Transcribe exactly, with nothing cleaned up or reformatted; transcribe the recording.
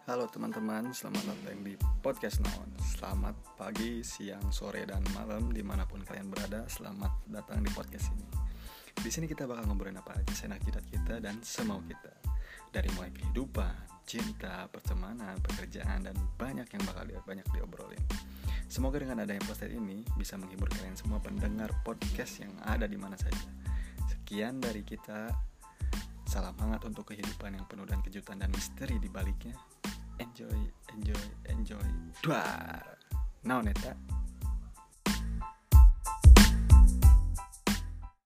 Halo teman-teman, selamat datang di Podcast Naon. Selamat pagi, siang, sore, dan malam dimanapun kalian berada. Selamat datang di podcast ini. Di sini kita bakal ngobrolin apa aja senak jidat kita dan semau kita. Dari mulai kehidupan, cinta, pertemanan, pekerjaan, dan banyak yang bakal di, banyak diobrolin. Semoga dengan adanya podcast ini bisa menghibur kalian semua pendengar podcast yang ada di mana saja. Sekian dari kita. Salam hangat untuk kehidupan yang penuh dan kejutan dan misteri di baliknya. Enjoy, enjoy, enjoy. Duar. Naon eta?